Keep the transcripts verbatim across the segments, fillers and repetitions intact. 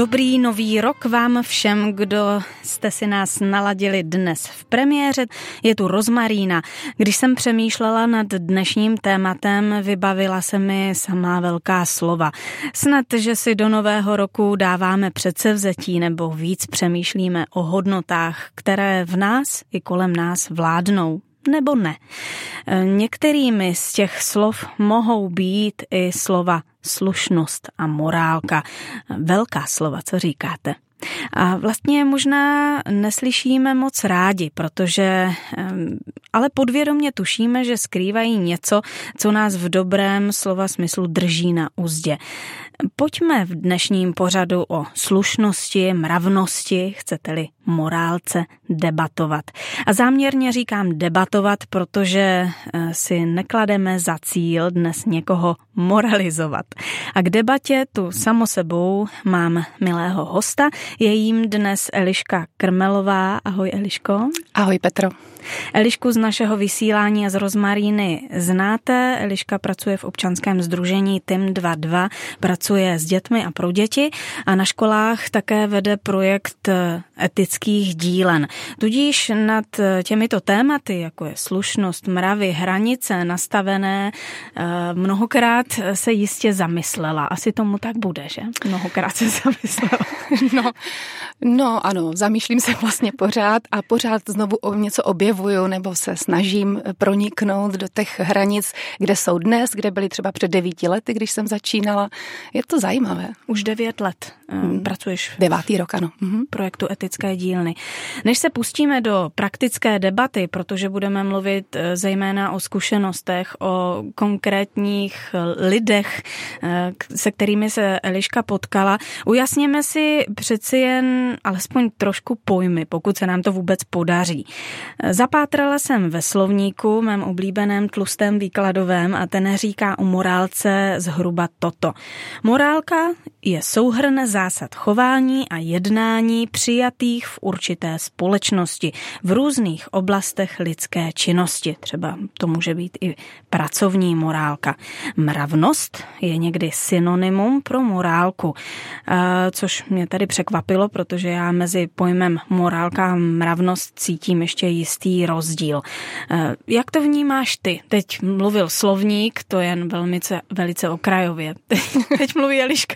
Dobrý nový rok vám všem, kdo jste si nás naladili dnes v premiéře. Je tu Rozmarína. Když jsem přemýšlela nad dnešním tématem, vybavila se mi samá velká slova. Snad, že si do nového roku dáváme předsevzetí nebo víc přemýšlíme o hodnotách, které v nás i kolem nás vládnou. Nebo ne. Některými z těch slov mohou být i slova slušnost a morálka. Velká slova, co říkáte? A vlastně možná neslyšíme moc rádi, protože ale podvědomě tušíme, že skrývají něco, co nás v dobrém slova smyslu drží na uzdě. Pojďme v dnešním pořadu o slušnosti, mravnosti, chcete-li morálce, debatovat. A záměrně říkám debatovat, protože si neklademe za cíl dnes někoho moralizovat. A k debatě tu samo sebou mám milého hosta, je jím dnes Eliška Krmelová. Ahoj Eliško. Ahoj Petro. Elišku z našeho vysílání a z Rozmaríny znáte. Eliška pracuje v občanském sdružení T I M dvacet dva, pracuje s dětmi a pro děti a na školách také vede projekt etických dílen. Tudíž nad těmito tématy, jako je slušnost, mravy, hranice nastavené, mnohokrát se jistě zamyslela. Asi tomu tak bude, že? Mnohokrát se zamyslela. No, no ano, zamýšlím se vlastně pořád a pořád znovu o něco objevuju nebo se snažím proniknout do těch hranic, kde jsou dnes, kde byly třeba před devíti lety, když jsem začínala. Je to zajímavé. Už devět let hmm. pracuješ. Devátý rok, ano. V projektu Etické dílny. Než se pustíme do praktické debaty, protože budeme mluvit zejména o zkušenostech, o konkrétních lidech, se kterými se Eliška potkala, ujasněme si přeci jen alespoň trošku pojmy, pokud se nám to vůbec podaří. Zapátrala jsem ve slovníku, mém oblíbeném tlustém výkladovém, a ten říká o morálce zhruba toto. Morálka je souhrn zásad chování a jednání přijatých v určité společnosti v různých oblastech lidské činnosti. Třeba to může být i pracovní morálka. Mravnost je někdy synonymum pro morálku, což mě tady překvapilo, protože já mezi pojmem morálka a mravnost cítím ještě jistý rozdíl. Jak to vnímáš ty? Teď mluvil slovník, to je jen velmi, velice okrajově. Teď mluví Eliška.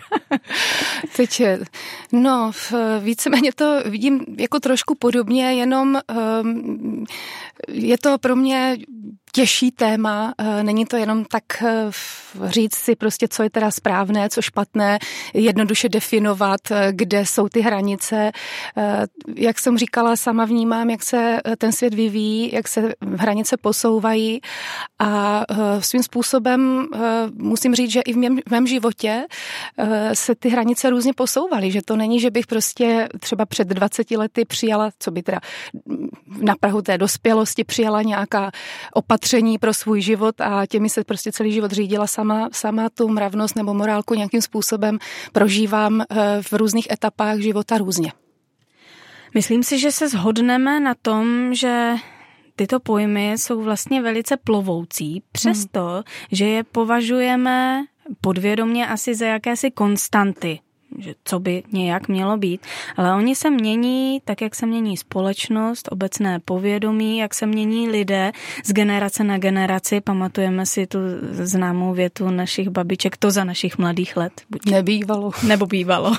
Teď, no, víceméně to vidím jako trošku podobně, jenom um, je to pro mě těžší téma, není to jenom tak říct si prostě, co je teda správné, co špatné, jednoduše definovat, kde jsou ty hranice. Jak jsem říkala, sama vnímám, jak se ten svět vyvíjí, jak se hranice posouvají a svým způsobem musím říct, že i v mém, v mém životě se ty hranice různě posouvaly, že to není, že bych prostě třeba před dvaceti lety přijala, co by teda na prahu té dospělosti přijala nějaká opatření pro svůj život a těmi se prostě celý život řídila sama, sama tu mravnost nebo morálku nějakým způsobem prožívám v různých etapách života různě. Myslím si, že se shodneme na tom, že tyto pojmy jsou vlastně velice plovoucí, přesto, hmm. že je považujeme podvědomě asi za jakési konstanty, že co by nějak mělo být, ale oni se mění tak, jak se mění společnost, obecné povědomí, jak se mění lidé z generace na generaci. Pamatujeme si tu známou větu našich babiček, to za našich mladých let. Buď. Nebývalo. Nebo bývalo.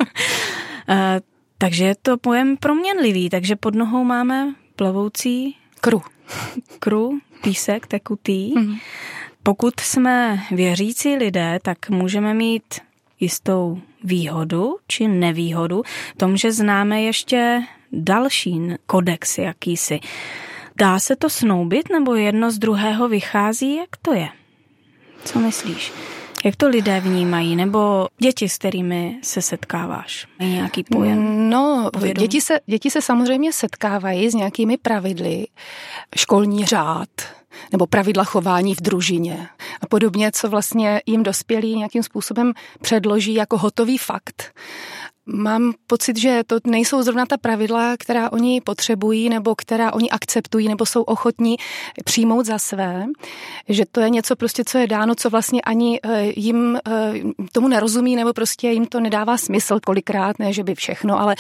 Takže je to pojem proměnlivý, takže pod nohou máme plovoucí kru. Kru, písek, tekutý. Mm. Pokud jsme věřící lidé, tak můžeme mít jistou výhodu či nevýhodu v tom, že známe ještě další kodex jakýsi. Dá se to snoubit nebo jedno z druhého vychází? Jak to je? Co myslíš? Jak to lidé vnímají? Nebo děti, s kterými se setkáváš? Je nějaký pojem? No, děti se, děti se samozřejmě setkávají s nějakými pravidly. Školní řád nebo pravidla chování v družině a podobně, co vlastně jim dospělí nějakým způsobem předloží jako hotový fakt. mám pocit, že to nejsou zrovna ta pravidla, která oni potřebují nebo která oni akceptují nebo jsou ochotní přijmout za své, že to je něco prostě, co je dáno, co vlastně ani jim tomu nerozumí nebo prostě jim to nedává smysl kolikrát, ne, že by všechno, ale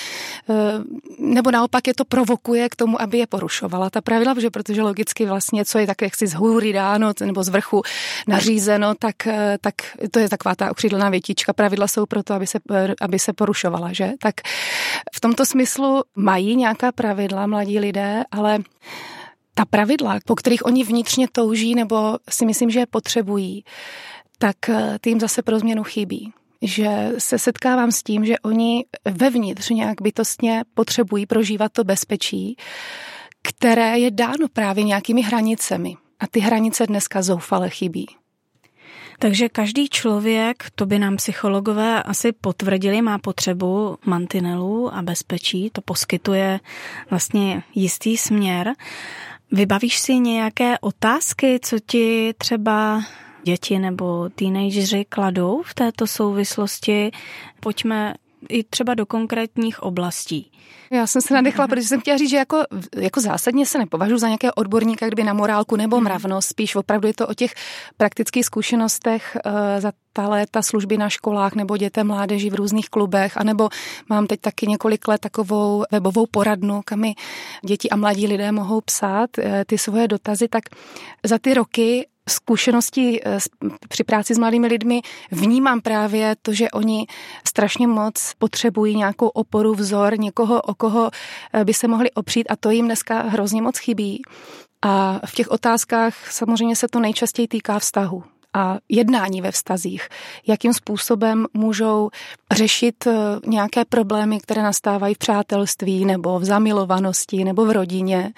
nebo naopak je to provokuje k tomu, aby je porušovala ta pravidla, protože, protože logicky vlastně, co je tak jaksi z hůry dáno nebo z vrchu nařízeno, tak, tak to je taková ta okřídlená větička. Pravidla jsou proto, aby se, aby se porušovala, že? Tak v tomto smyslu mají nějaká pravidla mladí lidé, ale ta pravidla, po kterých oni vnitřně touží nebo si myslím, že je potřebují, tak ty jim zase pro změnu chybí. Že se setkávám s tím, že oni vevnitř nějak bytostně potřebují prožívat to bezpečí, které je dáno právě nějakými hranicemi. A ty hranice dneska zoufale chybí. Takže každý člověk, to by nám psychologové asi potvrdili, má potřebu mantinelů a bezpečí, to poskytuje vlastně jistý směr. Vybavíš si nějaké otázky, co ti třeba děti nebo teenageři kladou v této souvislosti? Pojďme i třeba do konkrétních oblastí. Já jsem se nadechla, protože jsem chtěla říct, že jako, jako zásadně se nepovažuji za nějaké odborníka, kdyby na morálku nebo mravnost, spíš opravdu je to o těch praktických zkušenostech uh, za ta léta služby na školách nebo dětem mládeži v různých klubech, anebo mám teď taky několik let takovou webovou poradnu, kam mi děti a mladí lidé mohou psát uh, ty svoje dotazy, tak za ty roky zkušenosti při práci s mladými lidmi vnímám právě to, že oni strašně moc potřebují nějakou oporu, vzor, někoho, o koho by se mohli opřít a to jim dneska hrozně moc chybí. A v těch otázkách samozřejmě se to nejčastěji týká vztahu a jednání ve vztazích. Jakým způsobem můžou řešit nějaké problémy, které nastávají v přátelství nebo v zamilovanosti nebo v rodině.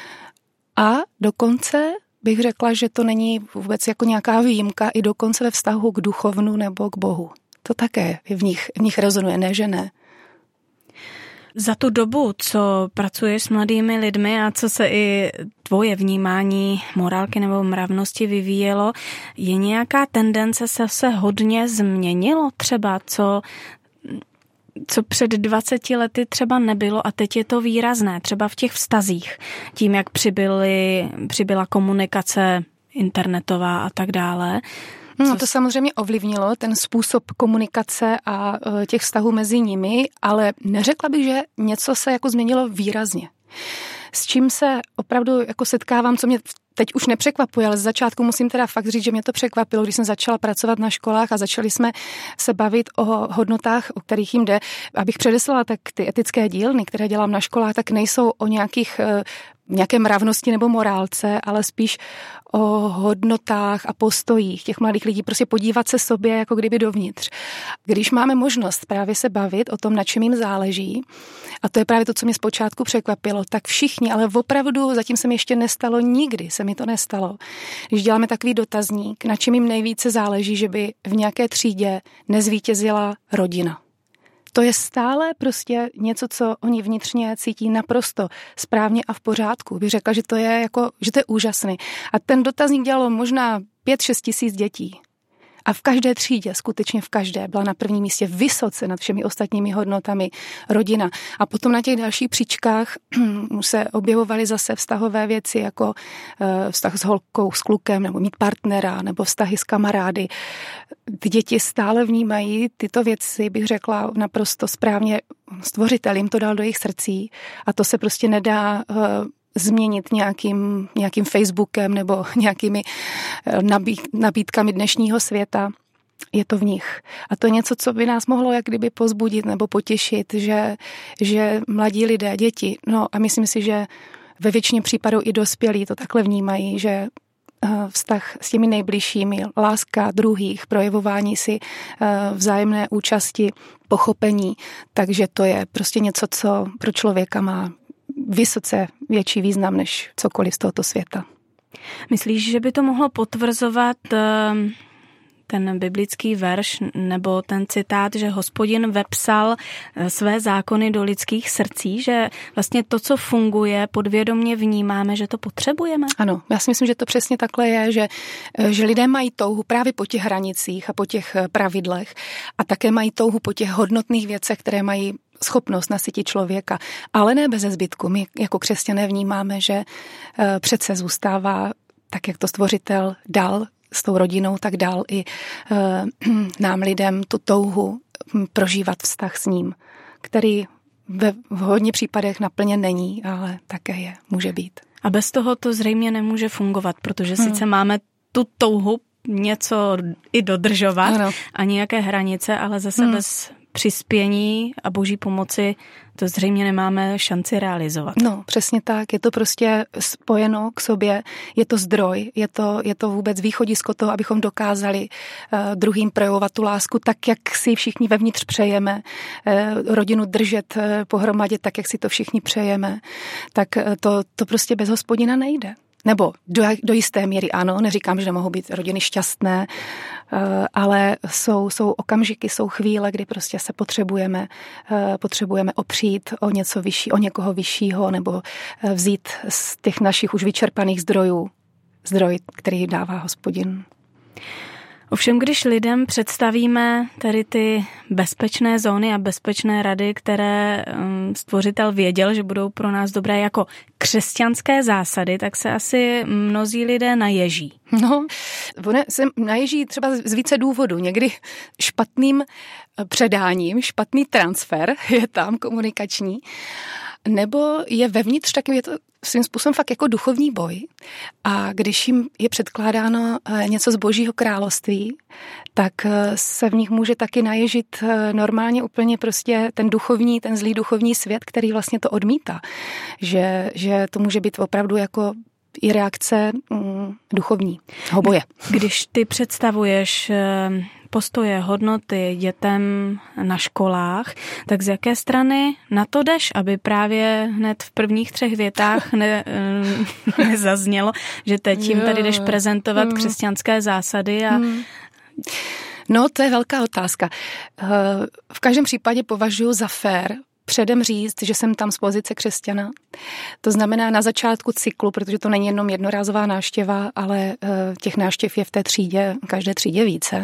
A dokonce bych řekla, že to není vůbec jako nějaká výjimka i dokonce ve vztahu k duchovnu nebo k Bohu. To také v nich, v nich rezonuje, ne, že ne. Za tu dobu, co pracuješ s mladými lidmi a co se i tvoje vnímání morálky nebo mravnosti vyvíjelo, je nějaká tendence se se hodně změnilo třeba, co... co před dvaceti lety třeba nebylo a teď je to výrazné, třeba v těch vztazích, tím, jak přibyly, přibyla komunikace internetová a tak dále. No to samozřejmě ovlivnilo ten způsob komunikace a těch vztahů mezi nimi, ale neřekla bych, že něco se jako změnilo výrazně. S čím se opravdu jako setkávám, co mě teď už nepřekvapuje, ale z začátku musím teda fakt říct, že mě to překvapilo, když jsem začala pracovat na školách a začali jsme se bavit o hodnotách, o kterých jim jde. Abych předeslala, tak ty etické dílny, které dělám na školách, tak nejsou o nějakých nějaké mravnosti nebo morálce, ale spíš o hodnotách a postojích těch mladých lidí, prostě podívat se sobě jako kdyby dovnitř. Když máme možnost právě se bavit o tom, na čem jim záleží, a to je právě to, co mě zpočátku překvapilo, tak všichni, ale opravdu zatím se mi ještě nestalo nikdy, se mi to nestalo. Když děláme takový dotazník, na čem jim nejvíce záleží, že by v nějaké třídě nezvítězila rodina. To je stále prostě něco, co oni vnitřně cítí naprosto správně a v pořádku. Bych řekla, že to je jako, že to je úžasný. A ten dotazník dělalo možná pět šest tisíc dětí. A v každé třídě, skutečně v každé, byla na prvním místě vysoce nad všemi ostatními hodnotami rodina. A potom na těch dalších příčkách se objevovaly zase vztahové věci, jako vztah s holkou, s klukem, nebo mít partnera, nebo vztahy s kamarády. Ty děti stále vnímají tyto věci, bych řekla, naprosto správně. Stvořitel jim to dal do jejich srdcí a to se prostě nedá změnit nějakým, nějakým Facebookem nebo nějakými nabídkami dnešního světa. Je to v nich. A to je něco, co by nás mohlo jak kdyby pozbudit nebo potěšit, že, že mladí lidé, děti, no a myslím si, že ve většině případů i dospělí to takhle vnímají, že vztah s těmi nejbližšími, láska druhých, projevování si vzájemné účasti, pochopení, takže to je prostě něco, co pro člověka má vysoce větší význam než cokoliv z tohoto světa. Myslíš, že by to mohlo potvrzovat ten biblický verš nebo ten citát, že Hospodin vepsal své zákony do lidských srdcí, že vlastně to, co funguje, podvědomě vnímáme, že to potřebujeme? Ano, já si myslím, že to přesně takhle je, že, že lidé mají touhu právě po těch hranicích a po těch pravidlech a také mají touhu po těch hodnotných věcech, které mají schopnost nasytit člověka, ale ne bez zbytku. My jako křesťané vnímáme, že přece zůstává, tak jak to Stvořitel dal s tou rodinou, tak dal i nám lidem tu touhu prožívat vztah s ním, který ve v hodně případech naplněn není, ale také je, může být. A bez toho to zřejmě nemůže fungovat, protože hmm. sice máme tu touhu něco i dodržovat ano. a nějaké hranice, ale zase hmm. bez přispění a boží pomoci to zřejmě nemáme šanci realizovat. No, přesně tak. Je to prostě spojeno k sobě. Je to zdroj, je to, je to vůbec východisko toho, abychom dokázali uh, druhým projevovat tu lásku tak, jak si všichni vevnitř přejeme. Uh, rodinu držet uh, pohromadě tak, jak si to všichni přejeme. Tak uh, to, to prostě bez Hospodina nejde. Nebo do, do jisté míry ano, neříkám, že nemohou být rodiny šťastné, ale jsou, jsou okamžiky, jsou chvíle, kdy prostě se potřebujeme, potřebujeme opřít o něco vyšší, o někoho vyššího, nebo vzít z těch našich už vyčerpaných zdrojů, zdroj, který dává Hospodin. Ovšem, když lidem představíme tady ty bezpečné zóny a bezpečné rady, které Stvořitel věděl, že budou pro nás dobré jako křesťanské zásady, tak se asi mnozí lidé naježí. No, one se naježí třeba z více důvodů. Někdy špatným předáním, špatný transfer je tam komunikační, nebo je vevnitř taky, je to svým způsobem fakt jako duchovní boj. A když jim je předkládáno něco z Božího království, tak se v nich může taky naježit normálně úplně prostě ten duchovní, ten zlý duchovní svět, který vlastně to odmítá. Že, že to může být opravdu jako i reakce mm, duchovní boje. Když ty představuješ postoje, hodnoty dětem na školách, tak z jaké strany na to jdeš, aby právě hned v prvních třech větách ne, nezaznělo, že teď jim tady jdeš prezentovat křesťanské zásady a... No, to je velká otázka. V každém případě považuji za fér předem říct, že jsem tam z pozice křesťana. To znamená na začátku cyklu, protože to není jenom jednorázová návštěva, ale těch návštěv je v té třídě, každé třídě více,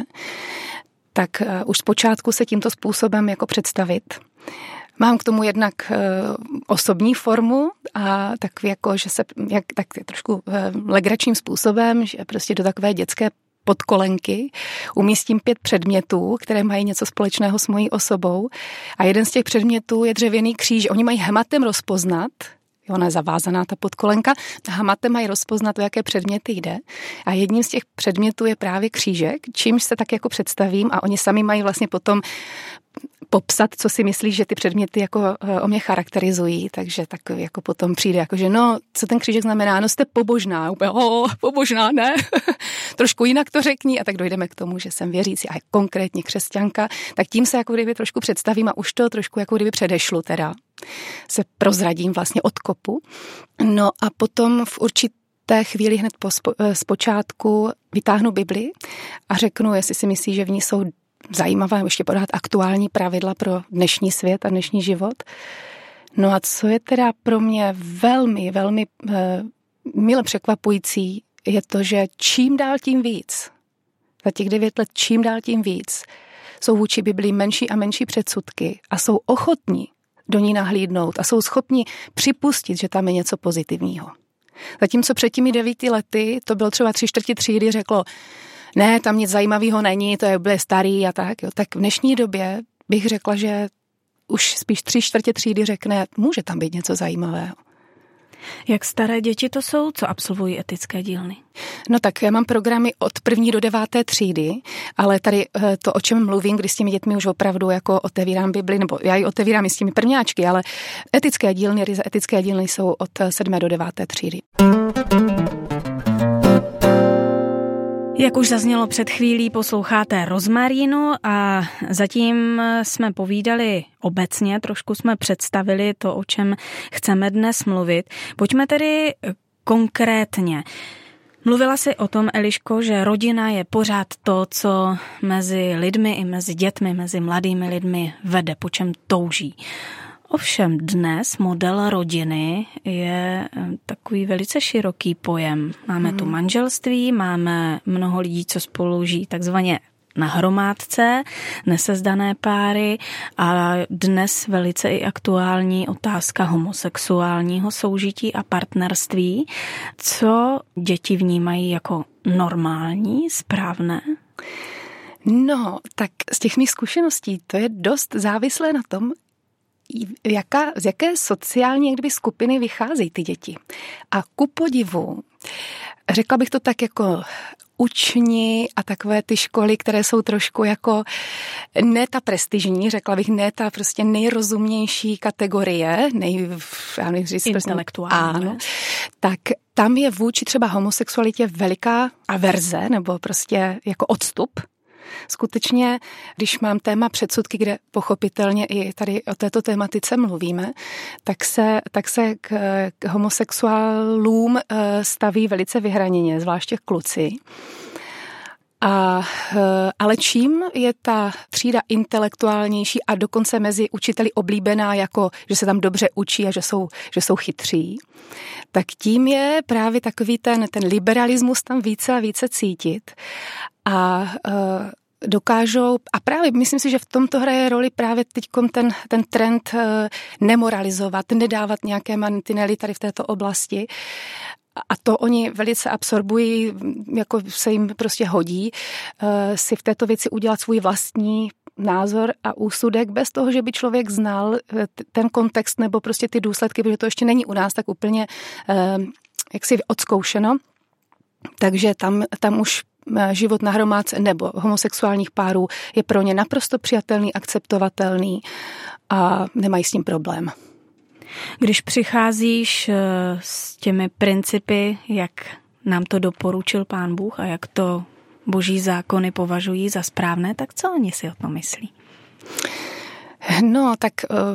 tak už zpočátku se tímto způsobem jako představit. Mám k tomu jednak osobní formu a tak jako, že se jak, tak trošku legračním způsobem, že prostě do takové dětské podkolenky umístím pět předmětů, které mají něco společného s mojí osobou a jeden z těch předmětů je dřevěný kříž. Oni mají hmatem rozpoznat, ona je zavázaná ta podkolenka, hmatem mají rozpoznat, o jaké předměty jde a jedním z těch předmětů je právě křížek, čímž se tak jako představím a oni sami mají vlastně potom popsat, co si myslí, že ty předměty jako o mě charakterizují, takže tak jako potom přijde, jako že no, co ten křížek znamená, no jste pobožná, úplně, oh, pobožná, ne, trošku jinak to řekni a tak dojdeme k tomu, že jsem věřící a konkrétně křesťanka, tak tím se jako kdyby trošku představím a už to trošku jako kdyby předešlu teda, se prozradím vlastně od kopu. No a potom v určité chvíli hned po spo, zpočátku vytáhnu Bibli a řeknu, jestli si myslí, že v ní jsou zajímavé ještě podat aktuální pravidla pro dnešní svět a dnešní život. No a co je teda pro mě velmi, velmi eh, mile překvapující, je to, že čím dál tím víc, za těch devět let čím dál tím víc, jsou vůči Biblii menší a menší předsudky a jsou ochotní do ní nahlídnout a jsou schopni připustit, že tam je něco pozitivního. Zatímco před těmi devíti lety, to bylo třeba tři čtvrtě třídy, řeklo, ne, tam nic zajímavého není, to je bude starý a tak. Jo. Tak v dnešní době bych řekla, že už spíš tři čtvrtě třídy řekne, může tam být něco zajímavého. Jak staré děti to jsou, co absolvují etické dílny? No tak já mám programy od první do deváté třídy, ale tady to, o čem mluvím, když s těmi dětmi už opravdu jako otevírám Bibli, nebo já ji otevírám i s těmi prvňáčky, ale etické dílny, ryze etické dílny jsou od sedmé do deváté třídy. Jak už zaznělo před chvílí, posloucháte Rozmarínu a zatím jsme povídali obecně, trošku jsme představili to, o čem chceme dnes mluvit. Pojďme tedy konkrétně. Mluvila jsi o tom, Eliško, že rodina je pořád to, co mezi lidmi i mezi dětmi, mezi mladými lidmi vede, po čem touží. Ovšem dnes model rodiny je takový velice široký pojem. Máme hmm. tu manželství, máme mnoho lidí, co spolu žijí takzvaně na hromádce, nesezdané páry a dnes velice i aktuální otázka homosexuálního soužití a partnerství. Co děti vnímají jako normální, správné? No, tak z těch mých zkušeností to je dost závislé na tom, Jaká, z jaké sociální jak kdyby skupiny vycházejí ty děti. A ku podivu, řekla bych to tak jako učni a takové ty školy, které jsou trošku jako ne ta prestižní, řekla bych ne ta prostě nejrozumnější kategorie, nej, já nevím říct, intelektuální. Ano, tak tam je vůči třeba homosexualitě veliká averze nebo prostě jako odstup. Skutečně, když mám téma předsudky, kde pochopitelně i tady o této tématice mluvíme, tak se, tak se k, k homosexuálům staví velice vyhraněně, zvláště kluci. A, ale čím je ta třída intelektuálnější a dokonce mezi učiteli oblíbená, jako že se tam dobře učí a že jsou, že jsou chytří, tak tím je právě takový ten, ten liberalismus tam více a více cítit. A dokážou, a právě myslím si, že v tomto hraje roli právě teď ten, ten trend nemoralizovat, nedávat nějaké mantinely tady v této oblasti. A to oni velice absorbují, jako se jim prostě hodí, si v této věci udělat svůj vlastní názor a úsudek bez toho, že by člověk znal ten kontext nebo prostě ty důsledky, protože to ještě není u nás tak úplně jaksi odzkoušeno. Takže tam, tam už život na hromádce nebo homosexuálních párů je pro ně naprosto přijatelný, akceptovatelný a nemají s tím problém. Když přicházíš s těmi principy, jak nám to doporučil Pán Bůh a jak to boží zákony považují za správné, tak co oni si o tom myslí? No, tak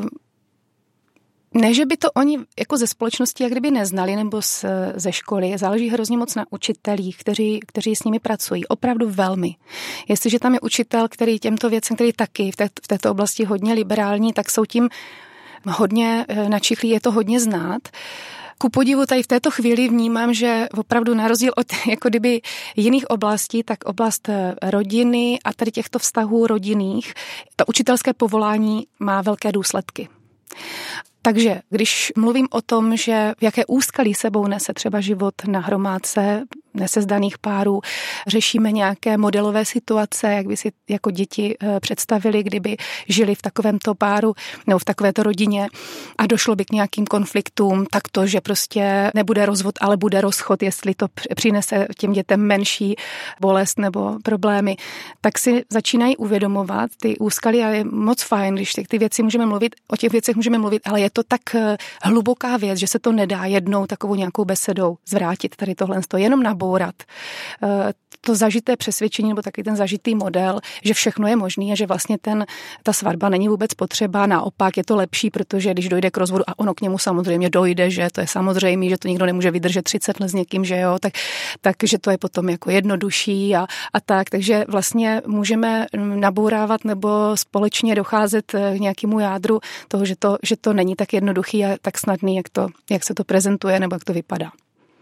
ne, že by to oni jako ze společnosti jak kdyby neznali nebo z, ze školy. Záleží hrozně moc na učitelích, kteří, kteří s nimi pracují. Opravdu velmi. Jestliže tam je učitel, který těmto věcem, který taky v, té, v této oblasti hodně liberální, tak jsou tím hodně načichlí, je to hodně znát. Ku podivu tady v této chvíli vnímám, že opravdu na rozdíl od jako kdyby jiných oblastí, tak oblast rodiny a tady těchto vztahů rodinných, to učitelské povolání má velké důsledky. Takže když mluvím o tom, že v jaké úskalí sebou nese třeba život na hromádce nesezdaných párů, řešíme nějaké modelové situace, jak by si jako děti představili, kdyby žili v takovémto páru nebo v takovéto rodině a došlo by k nějakým konfliktům, tak to, že prostě nebude rozvod, ale bude rozchod, jestli to přinese těm dětem menší bolest nebo problémy, tak si začínají uvědomovat ty úskalí a je moc fajn, když ty věci můžeme mluvit, o těch věcech můžeme mluvit, ale je to tak hluboká věc, že se to nedá jednou takovou nějakou besedou zvrátit tady tohle, to jenom nabourat. To zažité přesvědčení nebo taky ten zažitý model, že všechno je možný a že vlastně ten, ta svatba není vůbec potřeba, naopak je to lepší, protože když dojde k rozvodu a ono k němu samozřejmě dojde, že to je samozřejmé, že to nikdo nemůže vydržet třicet let s někým, že jo, tak, takže to je potom jako jednodušší a, a tak, takže vlastně můžeme nabourávat nebo společně docházet k nějakému jádru toho, že to, že to není tak jednoduchý a tak snadný, jak, to, jak se to prezentuje nebo jak to vypadá.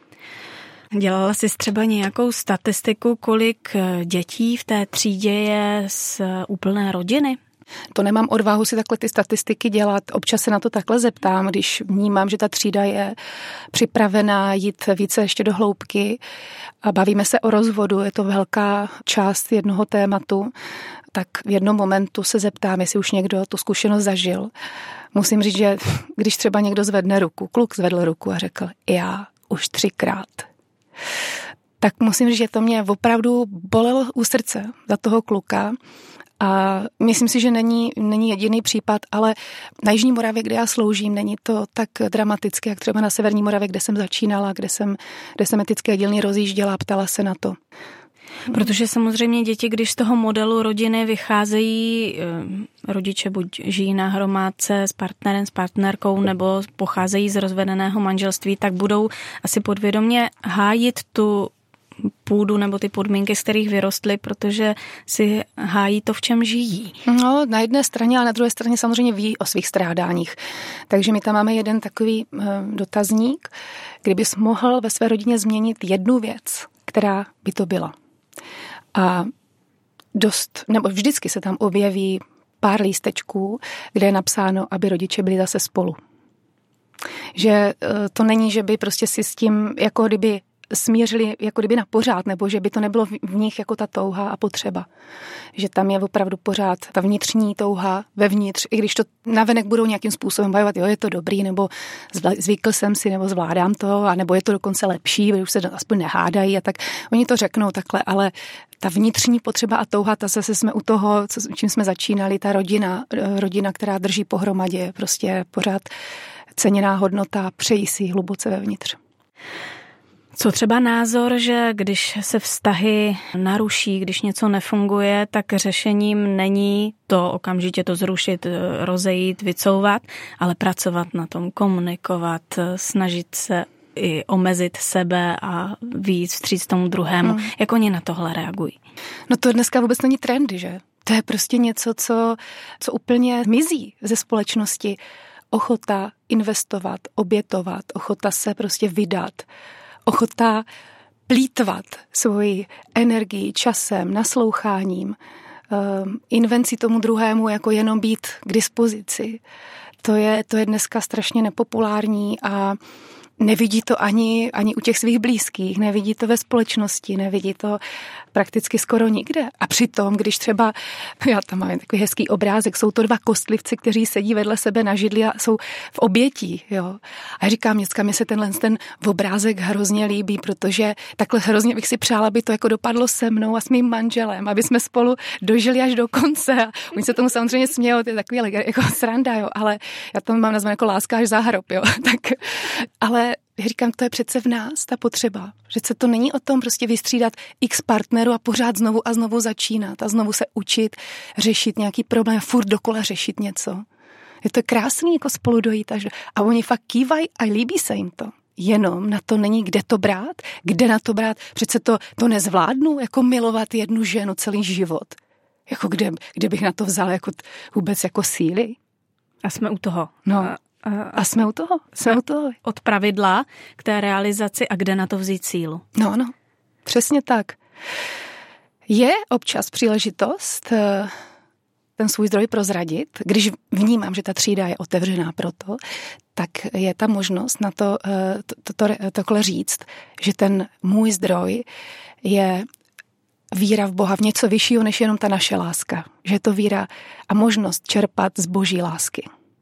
Dělala jsi třeba nějakou statistiku, kolik dětí v té třídě je z úplné rodiny? To nemám odvahu si takhle ty statistiky dělat. Občas se na to takhle zeptám, když vnímám, že ta třída je připravená jít více ještě do hloubky a bavíme se o rozvodu, je to velká část jednoho tématu, tak v jednom momentu se zeptám, jestli už někdo tu zkušenost zažil. Musím říct, že když třeba někdo zvedne ruku, kluk zvedl ruku a řekl, já už třikrát, tak musím říct, že to mě opravdu bolelo u srdce za toho kluka. A myslím si, že není, není jediný případ, ale na Jižní Moravě, kde já sloužím, není to tak dramatické, jak třeba na Severní Moravě, kde jsem začínala, kde jsem, kde jsem etické dílny rozjížděla a ptala se na to. Protože samozřejmě děti, když z toho modelu rodiny vycházejí, rodiče buď žijí na hromádce s partnerem, s partnerkou, nebo pocházejí z rozvedeného manželství, tak budou asi podvědomě hájit tu půdu nebo ty podmínky, z kterých vyrostly, protože si hájí to, v čem žijí. No, na jedné straně, ale na druhé straně samozřejmě ví o svých strádáních. Takže my tam máme jeden takový uh, dotazník, kdybys mohl ve své rodině změnit jednu věc, která by to byla. A dost, nebo vždycky se tam objeví pár lístečků, kde je napsáno, aby rodiče byli zase spolu. Že to není, že by prostě si s tím jako kdyby smířili jako kdyby na pořád, nebo že by to nebylo v nich jako ta touha a potřeba. Že tam je opravdu pořád ta vnitřní touha vevnitř, i když to navenek budou nějakým způsobem bojovat, jo, je to dobrý, nebo zvykl jsem si, nebo zvládám to, a nebo je to dokonce lepší, protože už se aspoň nehádají a tak. Oni to řeknou takhle, ale ta vnitřní potřeba a touha, ta zase jsme u toho, co, čím jsme začínali, ta rodina, rodina, která drží pohromadě, je prostě pořád ceněná hodnota, přejí si hluboce vevnitř. Co třeba názor, že když se vztahy naruší, když něco nefunguje, tak řešením není to okamžitě to zrušit, rozejít, vycouvat, ale pracovat na tom, komunikovat, snažit se i omezit sebe a vyjít vstříc tomu druhému. Hmm. Jak oni na tohle reagují? No to dneska vůbec není trendy, že? To je prostě něco, co, co úplně mizí ze společnosti. Ochota investovat, obětovat, ochota se prostě vydat, ochota plýtvat svoji energii, časem, nasloucháním, um, invenci tomu druhému jako jenom být k dispozici. To je, to je dneska strašně nepopulární a nevidí to ani, ani u těch svých blízkých, nevidí to ve společnosti, nevidí to prakticky skoro nikde. A přitom, když třeba, já tam mám takový hezký obrázek, jsou to dva kostlivci, kteří sedí vedle sebe na židli a jsou v obětí. Jo. A já říkám, dneska mi se tenhle ten obrázek hrozně líbí, protože takhle hrozně bych si přála, aby to jako dopadlo se mnou a s mým manželem, aby jsme spolu dožili až do konce. A oni se tomu samozřejmě smějou, to je takový jako sranda, jo, ale já to mám nazvané jako láska až za hrob, jo. Tak, ale já říkám, to je přece v nás ta potřeba. Že se to není o tom prostě vystřídat x partnerů a pořád znovu a znovu začínat a znovu se učit, řešit nějaký problém, furt dokola řešit něco. Je to krásný jako spolu dojít až do... A oni fakt kývají a líbí se jim to. Jenom na to není kde to brát, kde na to brát. Přece to, to nezvládnu, jako milovat jednu ženu celý život. Jako kde, kde bych na to vzala jako vůbec jako síly. A jsme u toho. No. A jsme u toho. Jsme u toho. Od pravidla k té realizaci a kde na to vzít sílu. No, no. Přesně tak. Je občas příležitost ten svůj zdroj prozradit, když vnímám, že ta třída je otevřená proto, tak je ta možnost na to, to, to, to takhle říct, že ten můj zdroj je víra v Boha, v něco vyššího, než jenom ta naše láska. Že je to víra a možnost čerpat z boží lásky.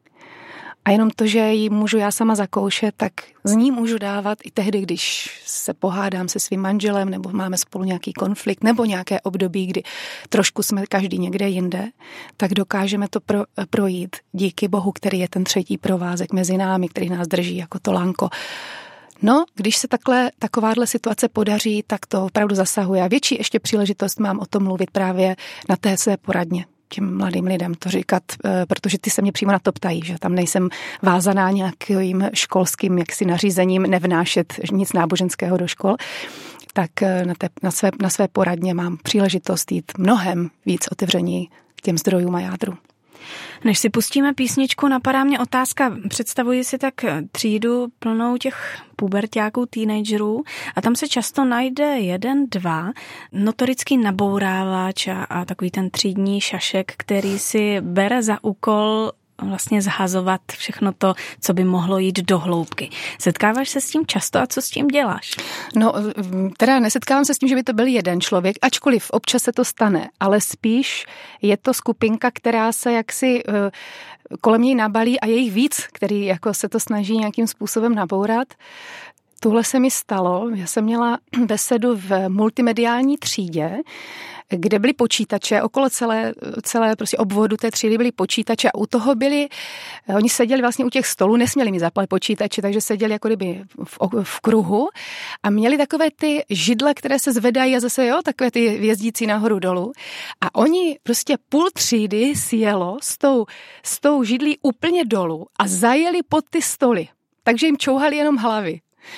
A jenom to, že ji můžu já sama zakoušet, tak z ní můžu dávat i tehdy, když se pohádám se svým manželem, nebo máme spolu nějaký konflikt, nebo nějaké období, kdy trošku jsme každý někde jinde, tak dokážeme to pro, projít díky Bohu, který je ten třetí provázek mezi námi, který nás drží jako to lanko. No, když se takhle, takováhle situace podaří, tak to opravdu zasahuje. A větší ještě příležitost mám o tom mluvit právě na té své poradně. Těm mladým lidem to říkat, protože ty se mě přímo na to ptají, že tam nejsem vázaná nějakým školským jaksi nařízením nevnášet nic náboženského do škol, tak na, té, na, své, na své poradně mám příležitost jít mnohem víc otevření k těm zdrojům a jádru. Než si pustíme písničku, napadá mě otázka. Představuji si tak třídu plnou těch puberťáků, teenagerů a tam se často najde jeden, dva, notorický nabourávač a, a takový ten třídní šašek, který si bere za úkol vlastně zhazovat všechno to, co by mohlo jít do hloubky. Setkáváš se s tím často a co s tím děláš? No, teda nesetkávám se s tím, že by to byl jeden člověk, ačkoliv občas se to stane, ale spíš je to skupinka, která se jaksi uh, kolem něj nabalí a je jich víc, který jako se to snaží nějakým způsobem nabourat. Tuhle se mi stalo, já jsem měla besedu v multimediální třídě, kde byly počítače, okolo celé, celé prostě obvodu té třídy byly počítače a u toho byli, oni seděli vlastně u těch stolů, nesměli mi zaplat počítače, takže seděli jako kdyby v, v kruhu a měli takové ty židle, které se zvedají a zase jo, takové ty jezdící nahoru dolů a oni prostě půl třídy sjelo s tou, s tou židlí úplně dolů a zajeli pod ty stoly, takže jim čouhali jenom hlavy.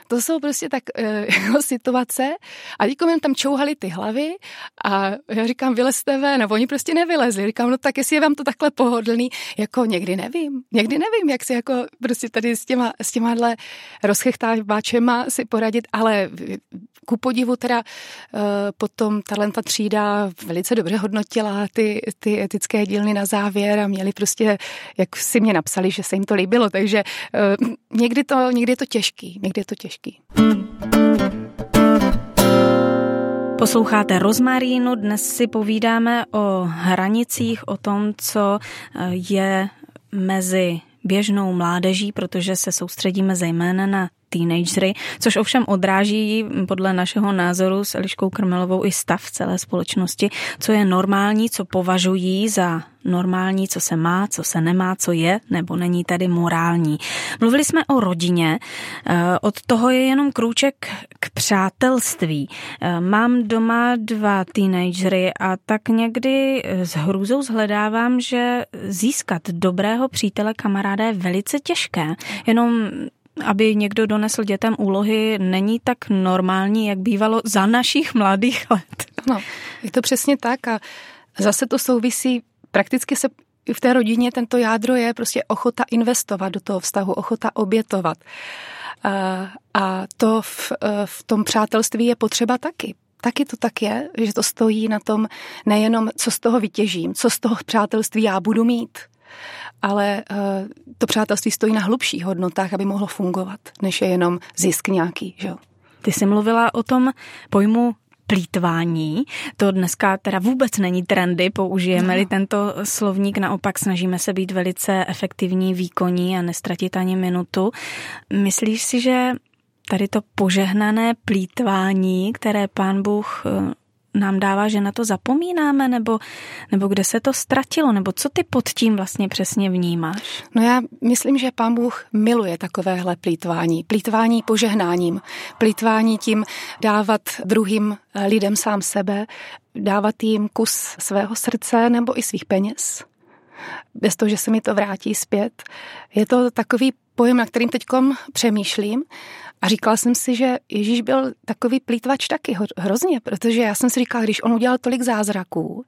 to jsou prostě tak uh, situace a teďko mi tam čouhali ty hlavy a já říkám, vylezte ven, a oni prostě nevylezli. Říkám, no tak jestli je vám to takhle pohodlný, jako někdy nevím, někdy nevím, jak si jako prostě tady s těma, s těmahle rozchechtáváčema si poradit, ale ku podivu teda uh, potom tato třída velice dobře hodnotila ty, ty etické dílny na závěr a měli prostě, jak si mě napsali, že se jim to líbilo, takže uh, někdy, to, někdy je to těžký, někdy je to těžký. Posloucháte Rozmarínu, dnes si povídáme o hranicích, o tom, co je mezi běžnou mládeží, protože se soustředíme zejména na teenagery, což ovšem odráží podle našeho názoru s Eliškou Krmelovou i stav celé společnosti, co je normální, co považují za normální, co se má, co se nemá, co je nebo není tady morální. Mluvili jsme o rodině, od toho je jenom krůček k přátelství. Mám doma dva teenagery a tak někdy s hrůzou zhledávám, že získat dobrého přítele, kamaráda je velice těžké. Jenom aby někdo donesl dětem úlohy, není tak normální, jak bývalo za našich mladých let. No, je to přesně tak a zase to souvisí, prakticky se v té rodině tento jádro je prostě ochota investovat do toho vztahu, ochota obětovat. A, a to v, v tom přátelství je potřeba taky. Taky to tak je, že to stojí na tom nejenom, co z toho vytěžím, co z toho přátelství já budu mít, ale uh, to přátelství stojí na hlubších hodnotách, aby mohlo fungovat, než je jenom zisk nějaký. Že? Ty jsi mluvila o tom pojmu plýtvání. To dneska teda vůbec není trendy, použijeme-li no. tento slovník, naopak snažíme se být velice efektivní, výkonní a nestratit ani minutu. Myslíš si, že tady to požehnané plýtvání, které Pán Bůh nám dává, že na to zapomínáme, nebo, nebo kde se to ztratilo, nebo co ty pod tím vlastně přesně vnímáš? No já myslím, že Pán Bůh miluje takovéhle plýtvání. Plýtvání požehnáním, plýtvání tím dávat druhým lidem sám sebe, dávat jim kus svého srdce nebo i svých peněz, bez toho, že se mi to vrátí zpět. Je to takový pojem, na kterým teďkom přemýšlím. A říkala jsem si, že Ježíš byl takový plýtvač taky hrozně, protože já jsem si říkala, když on udělal tolik zázraků,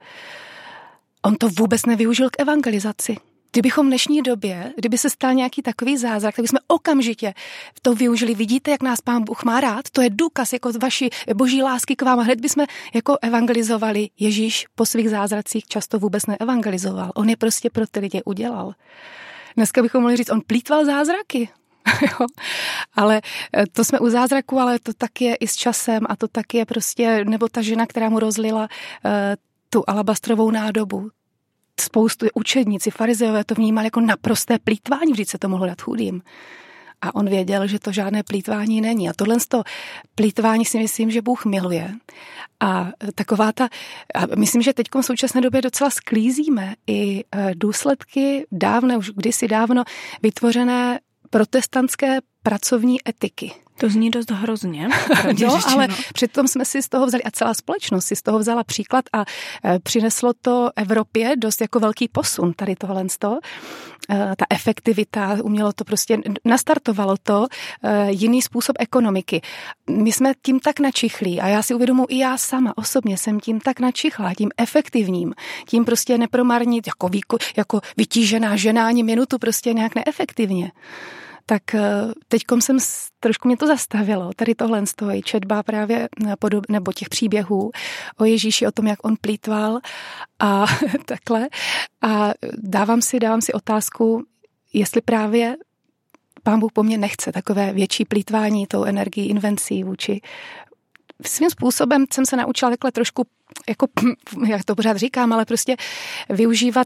on to vůbec nevyužil k evangelizaci. Kdybychom v dnešní době, kdyby se stal nějaký takový zázrak, tak bychom okamžitě to využili. Vidíte, jak nás Pán Bůh má rád? To je důkaz jako vaší boží lásky k vám. Hned bychom jako evangelizovali. Ježíš po svých zázracích často vůbec neevangelizoval. On je prostě pro ty lidi udělal. Dneska bychom mohli říct, on plýtval zázraky. Jo. Ale to jsme u zázraku, ale to tak je i s časem a to tak je prostě, nebo ta žena, která mu rozlila uh, tu alabastrovou nádobu. Spoustu učedníci, farizeové to vnímali jako naprosté plýtvání, vždyť se to mohlo dát chudým. A on věděl, že to žádné plýtvání není. A tohle to plýtvání si myslím, že Bůh miluje. A taková ta, a myslím, že teď v současné době docela sklízíme i důsledky dávno, už kdysi dávno vytvořené protestantské pracovní etiky. To zní dost hrozně. No, ale přitom jsme si z toho vzali, a celá společnost si z toho vzala příklad a e, přineslo to Evropě dost jako velký posun, tady tohle sto. E, ta efektivita, umělo to prostě, nastartovalo to e, jiný způsob ekonomiky. My jsme tím tak načichlí a já si uvědomuji, i já sama osobně jsem tím tak načichla, tím efektivním, tím prostě nepromarnit jako, výko, jako vytížená žena ani minutu prostě nějak neefektivně. Tak teďkom jsem, trošku mě to zastavilo, tady tohle stojí, četba právě podob, nebo těch příběhů o Ježíši, o tom, jak on plýtval a takhle. A dávám si, dávám si otázku, jestli právě Pán Bůh po mně nechce takové větší plýtvání tou energií, invencí vůči. Svým způsobem jsem se naučila takhle trošku, jako, jak to pořád říkám, ale prostě využívat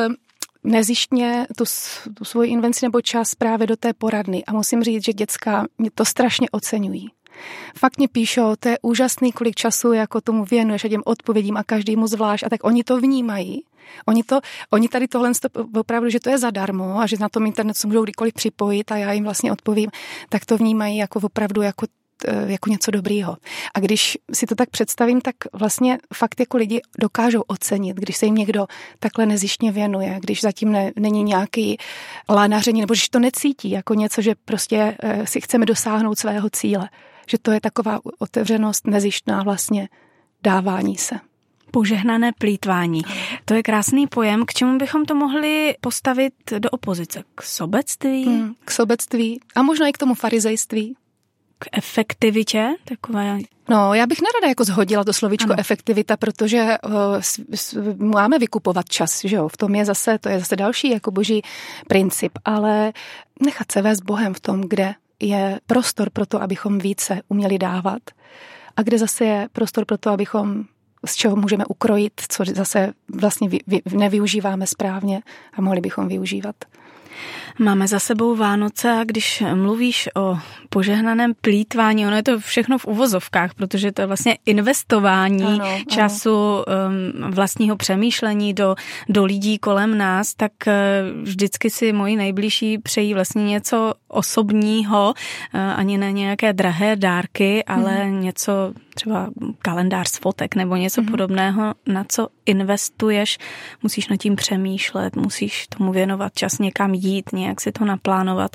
nezištně tu, tu svoji invenci nebo čas právě do té poradny. A musím říct, že děcka mě to strašně oceňují. Fakt mě píšou, to je úžasný, kolik času jako tomu věnuješ a těm odpovědím a každému zvlášť. A tak oni to vnímají. Oni, to, oni tady tohle opravdu, že to je zadarmo a že na tom internetu se můžou kdykoliv připojit a já jim vlastně odpovím, tak to vnímají jako opravdu jako jako něco dobrýho. A když si to tak představím, tak vlastně fakt jako lidi dokážou ocenit, když se jim někdo takhle nezištně věnuje, když zatím ne, není nějaký lánaření, nebo když to necítí jako něco, že prostě si chceme dosáhnout svého cíle. Že to je taková otevřenost nezištná vlastně dávání se. Požehnané plýtvání. To je krásný pojem. K čemu bychom to mohli postavit do opozice? K sobectví? Hmm, k sobectví a možná i k tomu farizejství. K efektivitě? Takové... No, já bych nerada jako zhodila to slovíčko ano. efektivita, protože uh, s, s, máme vykupovat čas, že jo? V tom je zase, to je zase další jako boží princip, ale nechat se vést Bohem v tom, kde je prostor pro to, abychom více uměli dávat a kde zase je prostor pro to, abychom z čeho můžeme ukrojit, co zase vlastně vy, vy, nevyužíváme správně a mohli bychom využívat. Máme za sebou Vánoce a když mluvíš o požehnaném plýtvání, ono je to všechno v uvozovkách, protože to je vlastně investování ano, času, ano. vlastního přemýšlení do, do lidí kolem nás, tak vždycky si moji nejbližší přejí vlastně něco osobního, ani ne nějaké drahé dárky, ale hmm. něco třeba kalendář z fotek nebo něco hmm. podobného, na co investuješ, musíš nad tím přemýšlet, musíš tomu věnovat čas, někam jít, nějak si to naplánovat.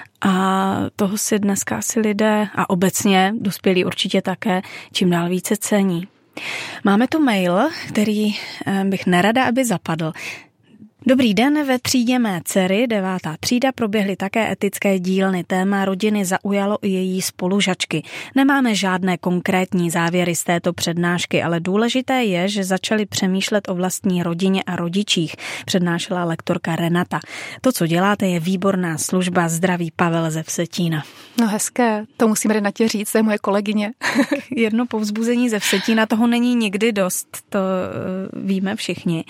A toho si dneska asi lidé a obecně dospělí určitě také čím dál více cení. Máme tu mail, který bych nerada, aby zapadl. Dobrý den, ve třídě mé dcery, devátá třída, proběhly také etické dílny. Téma rodiny zaujalo i její spolužačky. Nemáme žádné konkrétní závěry z této přednášky, ale důležité je, že začali přemýšlet o vlastní rodině a rodičích, přednášela lektorka Renata. To, co děláte, je výborná služba. Zdraví Pavel ze Vsetína. No hezké, to musím Renatě říct, to je moje kolegyně. Jedno povzbuzení ze Vsetína, toho není nikdy dost, to víme všichni.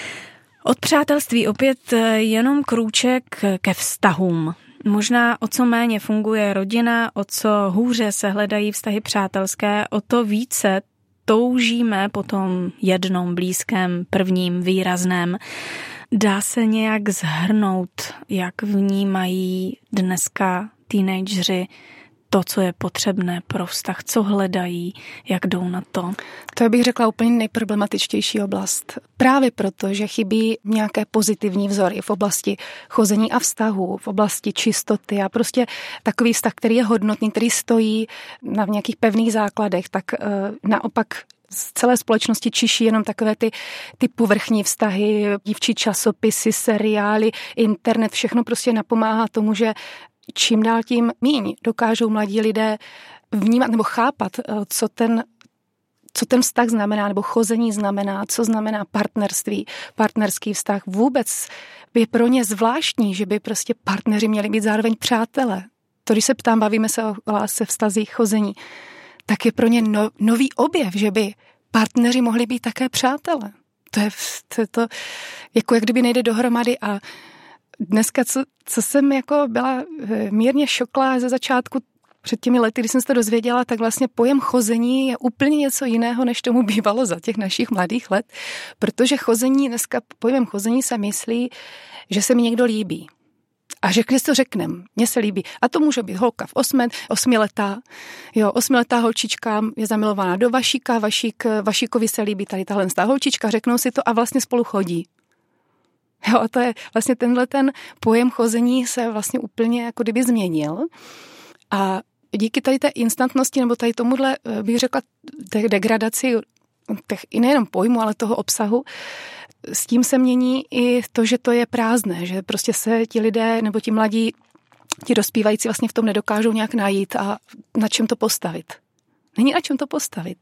Od přátelství opět jenom krůček ke vztahům. Možná o co méně funguje rodina, o co hůře se hledají vztahy přátelské, o to více toužíme po tom jednom blízkém, prvním, výrazném. Dá se nějak shrnout, jak vnímají dneska teenageři to, co je potřebné pro vztah, co hledají, jak jdou na to? To bych řekla úplně nejproblematičtější oblast. Právě proto, že chybí nějaké pozitivní vzory v oblasti chození a vztahu, v oblasti čistoty a prostě takový vztah, který je hodnotný, který stojí na nějakých pevných základech, tak uh, naopak z celé společnosti čiší jenom takové ty, ty povrchní vztahy, dívčí časopisy, seriály, internet, všechno prostě napomáhá tomu, že čím dál tím míň dokážou mladí lidé vnímat nebo chápat, co ten, co ten vztah znamená, nebo chození znamená, co znamená partnerství, partnerský vztah. Vůbec je pro ně zvláštní, že by prostě partneři měli být zároveň přátelé. To, když se ptám, bavíme se o lásce, vztazích, chození, tak je pro ně no, nový objev, že by partneři mohli být také přátelé. To je to, je to jako jak kdyby nejde dohromady a dneska, co, co jsem jako byla mírně šoklá ze začátku před těmi lety, když jsem se to dozvěděla, tak vlastně pojem chození je úplně něco jiného, než tomu bývalo za těch našich mladých let, protože chození, dneska pojmem chození se myslí, že se mi někdo líbí. A řekli si to řeknem, mně se líbí. A to může být holka v osmi, osmiletá, jo, osmiletá holčička je zamilovaná do Vašíka, Vašík, Vašíkovi se líbí tady tahle holčička, řeknou si to a vlastně spolu chodí. Jo, a to je vlastně tenhle ten pojem chození se vlastně úplně jako kdyby změnil a díky tady té instantnosti nebo tady tomuhle bych řekla té degradaci těch, i nejenom pojmu, ale toho obsahu, s tím se mění i to, že to je prázdné, že prostě se ti lidé nebo ti mladí, ti dospívající vlastně v tom nedokážou nějak najít a na čem to postavit. Není na čem to postavit.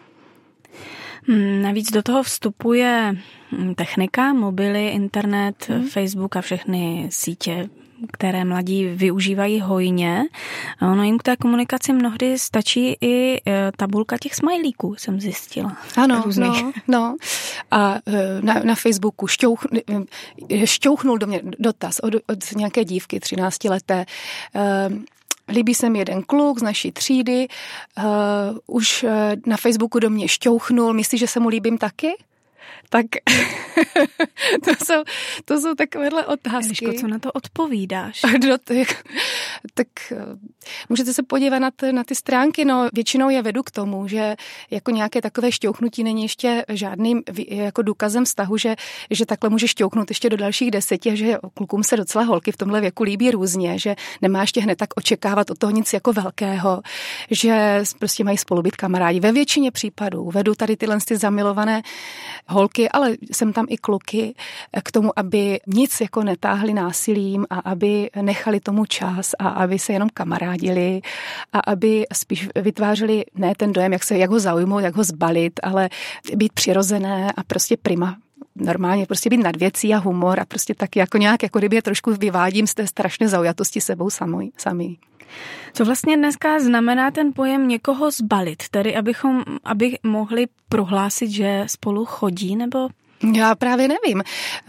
Navíc do toho vstupuje technika, mobily, internet, hmm. Facebook a všechny sítě, které mladí využívají hojně. Ono jim k té komunikaci mnohdy stačí i tabulka těch smajlíků, jsem zjistila. Ano, no, no. A na, na Facebooku šťouch, šťouchnul do mě dotaz od, od nějaké dívky třináctileté. Líbí se mi jeden kluk z naší třídy, uh, už uh, na Facebooku do mě šťouchnul, myslíš, že se mu líbím taky? Tak to jsou, to jsou takovéhle otázky. Eliško, co na to odpovídáš? Do těch, tak Můžete se podívat na, t, na ty stránky, no většinou je vedu k tomu, že jako nějaké takové šťouchnutí není ještě žádným jako důkazem vztahu, že, že takhle může šťouchnout ještě do dalších deseti a že klukům se docela holky v tomhle věku líbí různě, že nemá ještě hned tak očekávat od toho nic jako velkého, že prostě mají spolu být kamarádi. Ve většině případů vedu tady tyhle ty zamilované holky, ale jsem tam i kluky k tomu, aby nic jako netáhli násilím a aby nechali tomu čas a aby se jenom kamarádili a aby spíš vytvářeli ne ten dojem, jak se, jak ho zaujmout, jak ho zbalit, ale být přirozené a prostě prima. Normálně prostě být nad věcí a humor a prostě tak jako nějak, jako kdyby je trošku vyvádím z té strašné zaujatosti sebou sami. sami. Co vlastně dneska znamená ten pojem někoho zbalit, tedy abychom, aby mohli prohlásit, že spolu chodí, nebo... Já právě nevím.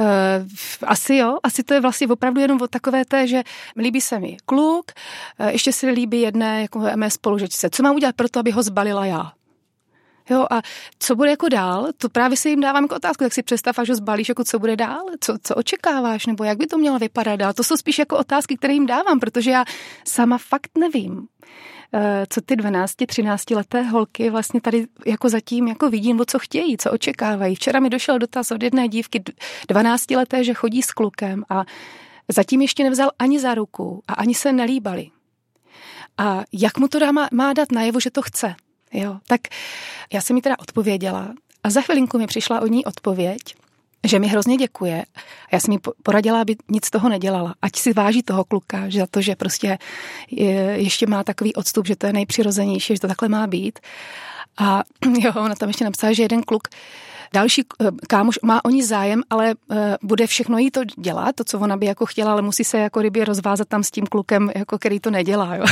Asi jo, asi to je vlastně opravdu jenom o takové té, že líbí se mi kluk, ještě si líbí jedné jako mé spolužečce. Co mám udělat pro to, aby ho zbalila já? Jo, a co bude jako dál? To právě si jim dávám jako otázku, tak si představ, až ho zbalíš, jako co bude dál? Co, co očekáváš? Nebo jak by to mělo vypadat dál? To jsou spíš jako otázky, které jim dávám, protože já sama fakt nevím, co ty dvanácti, třinácti leté holky vlastně tady jako zatím jako vidí, nebo co chtějí, co očekávají. Včera mi došel dotaz od jedné dívky dvanáctileté, že chodí s klukem a zatím ještě nevzal ani za ruku a ani se nelíbali. A jak mu to dá, má, má dát najevo, že to chce? Jo, tak já jsem jí teda odpověděla a za chvilinku mi přišla od ní odpověď, že mi hrozně děkuje. A já jsem jí poradila, aby nic z toho nedělala. Ať si váží toho kluka, že za to, že prostě je, ještě má takový odstup, že to je nejpřirozenější, že to takhle má být. A jo, ona tam ještě napsala, že jeden kluk, další kámoš má o ní zájem, ale uh, bude všechno jí to dělat, to, co ona by jako chtěla, ale musí se jako kdyby rozvázat tam s tím klukem, jako který to nedělá, jo.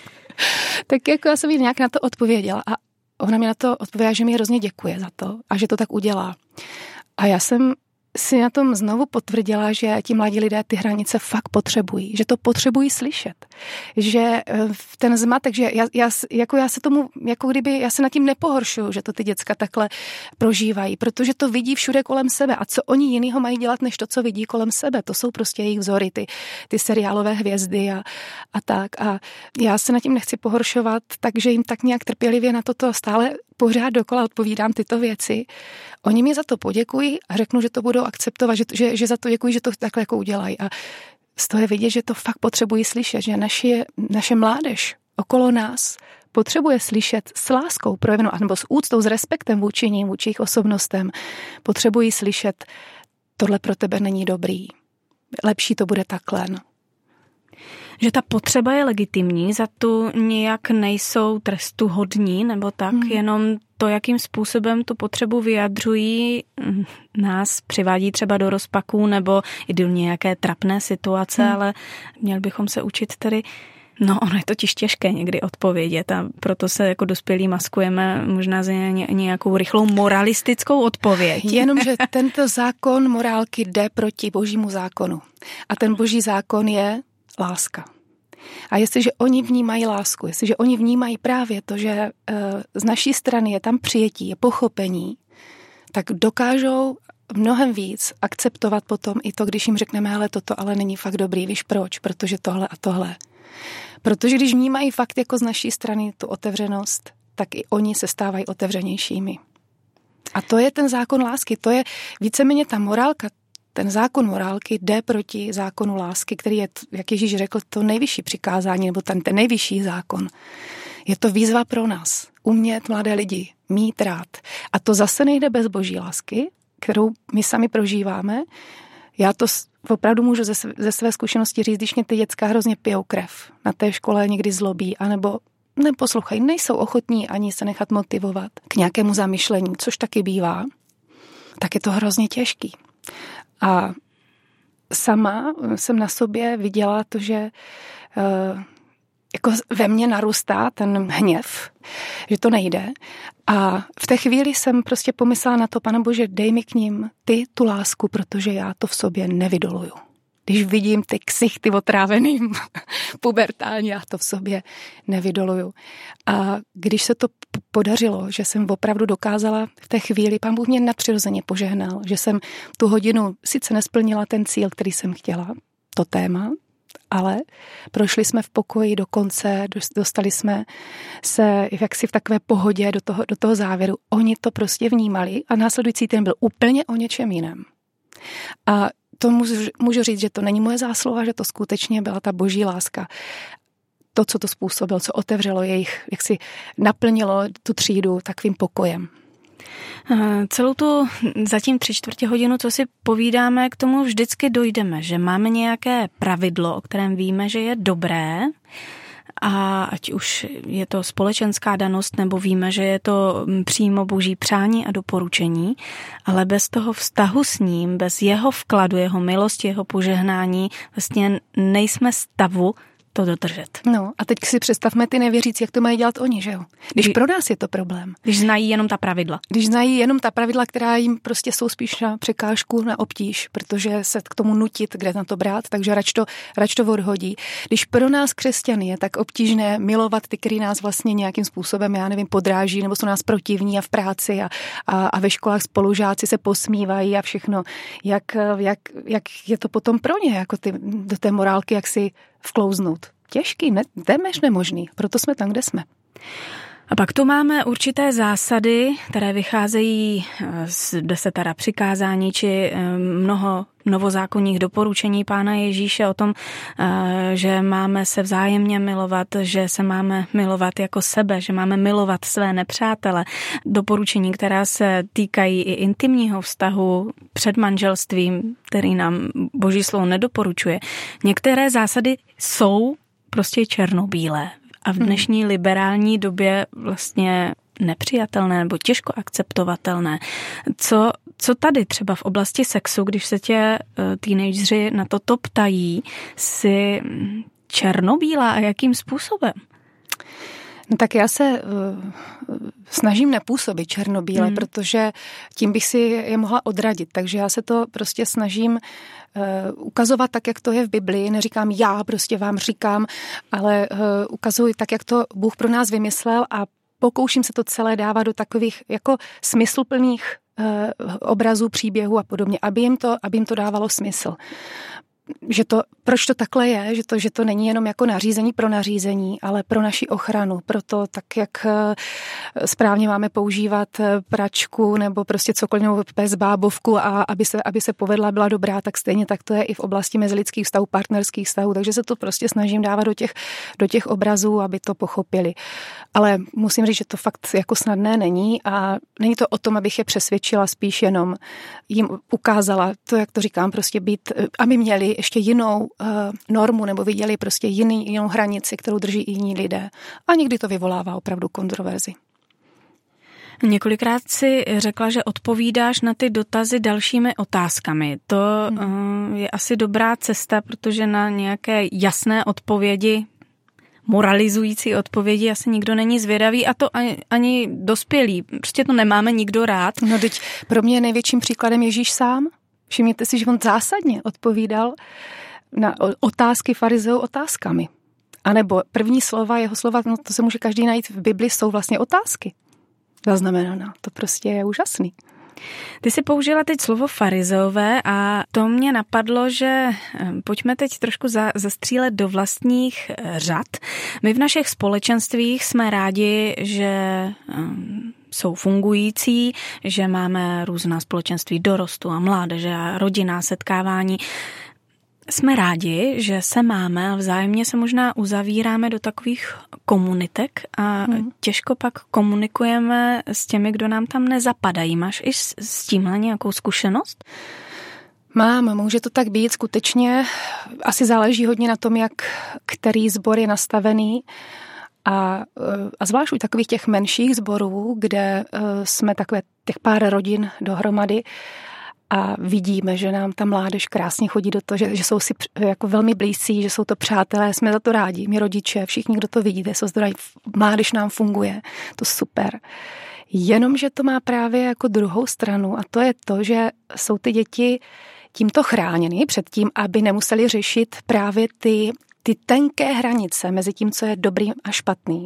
Tak jako já jsem jí nějak na to odpověděla a ona mi na to odpověděla, že mi hrozně děkuje za to a že to tak udělá. A já jsem si na tom znovu potvrdila, že ti mladí lidé ty hranice fakt potřebují, že to potřebují slyšet, že ten zmatek, že já, já, jako já se tomu, jako kdyby, já se nad tím nepohoršuju, že to ty děcka takhle prožívají, protože to vidí všude kolem sebe a co oni jinýho mají dělat, než to, co vidí kolem sebe, to jsou prostě jejich vzory, ty, ty seriálové hvězdy a, a tak a já se nad tím nechci pohoršovat, takže jim tak nějak trpělivě na toto stále pořád dokola odpovídám tyto věci. Oni mi za to poděkují a řeknu, že to budou akceptovat, že, že, že za to děkují, že to takhle jako udělají. A z toho je vidět, že to fakt potřebují slyšet, že naši, naše mládež okolo nás potřebuje slyšet s láskou projevenou, nebo s úctou, s respektem vůči ním, vůči jejich osobnostem. Potřebují slyšet, tohle pro tebe není dobrý. Lepší to bude takhle. No. Že ta potřeba je legitimní, za tu nijak nejsou trestu hodní, nebo tak, hmm. jenom to, jakým způsobem tu potřebu vyjadřují, nás přivádí třeba do rozpaků nebo i do nějaké trapné situace, hmm. ale měli bychom se učit tedy, no ono je totiž těžké někdy odpovědět a proto se jako dospělí maskujeme možná za nějakou rychlou moralistickou odpověď. Jenomže tento zákon morálky jde proti božímu zákonu a ten boží zákon je láska. A jestliže oni vnímají lásku, jestliže oni vnímají právě to, že z naší strany je tam přijetí, je pochopení, tak dokážou mnohem víc akceptovat potom i to, když jim řekneme, ale toto ale není fakt dobrý, víš proč, protože tohle a tohle. Protože když vnímají fakt jako z naší strany tu otevřenost, tak i oni se stávají otevřenějšími. A to je ten zákon lásky, to je víceméně ta morálka. Ten zákon morálky jde proti zákonu lásky, který je, jak Ježíš řekl, to nejvyšší přikázání, nebo ten, ten nejvyšší zákon. Je to výzva pro nás. Umět mladé lidi, mít rád. A to zase nejde bez boží lásky, kterou my sami prožíváme. Já to opravdu můžu ze, ze své zkušenosti říct, když mě ty děcka hrozně pijou krev, na té škole někdy zlobí, anebo neposlouchají, nejsou ochotní ani se nechat motivovat k nějakému zamyšlení, což taky bývá, tak je to hrozně těžký. A sama jsem na sobě viděla to, že uh, jako ve mně narůstá ten hněv, že to nejde. A v té chvíli jsem prostě pomyslela na to, Pane Bože, dej mi k ním ty tu lásku, protože já to v sobě nevydoluju. Když vidím ty ksichty otrávený, pubertálně, já to v sobě nevydoluju. A když se to podařilo, že jsem opravdu dokázala v té chvíli, Pán Bůh mě nadpřirozeně požehnal, že jsem tu hodinu sice nesplnila ten cíl, který jsem chtěla, to téma, Ale prošli jsme v pokoji do konce, dostali jsme se jaksi v takové pohodě do toho, do toho závěru. Oni to prostě vnímali a následující týden byl úplně o něčem jiném. A to můžu, můžu říct, že to není moje zásluha, že to skutečně byla ta boží láska. To, co to způsobilo, co otevřelo jejich, jak si naplnilo tu třídu takovým pokojem. Celou tu zatím tři čtvrtě hodinu, co si povídáme, k tomu vždycky dojdeme, že máme nějaké pravidlo, o kterém víme, že je dobré, a ať už je to společenská danost, nebo víme, že je to přímo boží přání a doporučení, ale bez toho vztahu s ním, bez jeho vkladu, jeho milosti, jeho požehnání, vlastně nejsme stavu to dodržet. No a teď si představme ty nevěřící, jak to mají dělat oni, že jo? Když Kdy, pro nás je to problém. Když znají jenom ta pravidla. Když znají jenom ta pravidla, která jim prostě jsou spíš na překážku, na obtíž, protože se k tomu nutit, kde na to brát, takže rač to, rač to odhodí. Když pro nás křesťany je tak obtížné milovat ty, který nás vlastně nějakým způsobem, já nevím, podráží, nebo jsou nás protivní a v práci a, a, a ve školách spolužáci se posmívají a všechno, jak, jak, jak je to potom pro ně, jako ty, do té morálky, jak si vklouznout. Těžký, ne, téměř nemožný, proto jsme tam, kde jsme. A pak tu máme určité zásady, které vycházejí z desetera přikázání či mnoho novozákonních doporučení Pána Ježíše o tom, že máme se vzájemně milovat, že se máme milovat jako sebe, že máme milovat své nepřátele. Doporučení, která se týkají i intimního vztahu před manželstvím, který nám Boží slovo nedoporučuje. Některé zásady jsou prostě černobílé a v dnešní liberální době vlastně nepřijatelné nebo těžko akceptovatelné. Co, co tady třeba v oblasti sexu, když se tě teenageři na toto ptají, si černobílá a jakým způsobem? No tak já se uh, snažím nepůsobit černobíle, mm. protože tím bych si je mohla odradit. Takže já se to prostě snažím uh, ukazovat tak, jak to je v Biblii. Neříkám já, prostě vám říkám, ale uh, ukazuji tak, jak to Bůh pro nás vymyslel a pokouším se to celé dávat do takových jako smysluplných uh, obrazů, příběhů a podobně, aby jim to, aby jim to dávalo smysl. Že to, proč to takhle je, že to, že to není jenom jako nařízení pro nařízení, ale pro naši ochranu, proto tak, jak správně máme používat pračku nebo prostě cokoliv, nebo pes, bábovku a aby se, aby se povedla, byla dobrá, tak stejně tak to je i v oblasti mezilidských vztahů, partnerských vztahů, takže se to prostě snažím dávat do těch, do těch obrazů, aby to pochopili. Ale musím říct, že to fakt jako snadné není a není to o tom, abych je přesvědčila, spíš jenom jim ukázala to, jak to říkám, prostě být, aby měli ještě jinou uh, normu nebo viděli prostě jiný, jinou hranici, kterou drží i jiní lidé. A někdy to vyvolává opravdu kontroverzi. Několikrát si řekla, že odpovídáš na ty dotazy dalšími otázkami. To hmm. uh, je asi dobrá cesta, protože na nějaké jasné odpovědi, moralizující odpovědi asi nikdo není zvědavý a to ani, ani dospělí. Prostě to nemáme nikdo rád. No teď pro mě je největším příkladem Ježíš sám. Všimněte si, že on zásadně odpovídal na otázky farizeů otázkami. A nebo první slova, jeho slova, no to se může každý najít v Bibli, jsou vlastně otázky zaznamenaná. To prostě je úžasný. Ty jsi použila teď slovo farizeové a to mě napadlo, že pojďme teď trošku za, zastřílet do vlastních řad. My v našich společenstvích jsme rádi, že um, jsou fungující, že máme různá společenství dorostu a mládeže a rodinná setkávání. Jsme rádi, že se máme a vzájemně se možná uzavíráme do takových komunitek a hmm. těžko pak komunikujeme s těmi, kdo nám tam nezapadají. Máš i s, s tímhle nějakou zkušenost? Mám, může to tak být skutečně. Asi záleží hodně na tom, jak který sbor je nastavený. A, a zvlášť u takových těch menších sborů, kde jsme takové těch pár rodin dohromady a vidíme, že nám ta mládež krásně chodí do toho, že, že jsou si jako velmi blízcí, že jsou to přátelé, jsme za to rádi, my rodiče, všichni, kdo to vidíte, jsou zdraví, mládež nám funguje, to super. Jenomže to má právě jako druhou stranu a to je to, že jsou ty děti tímto chráněny před tím, aby nemuseli řešit právě ty ty tenké hranice mezi tím, co je dobrý a špatný.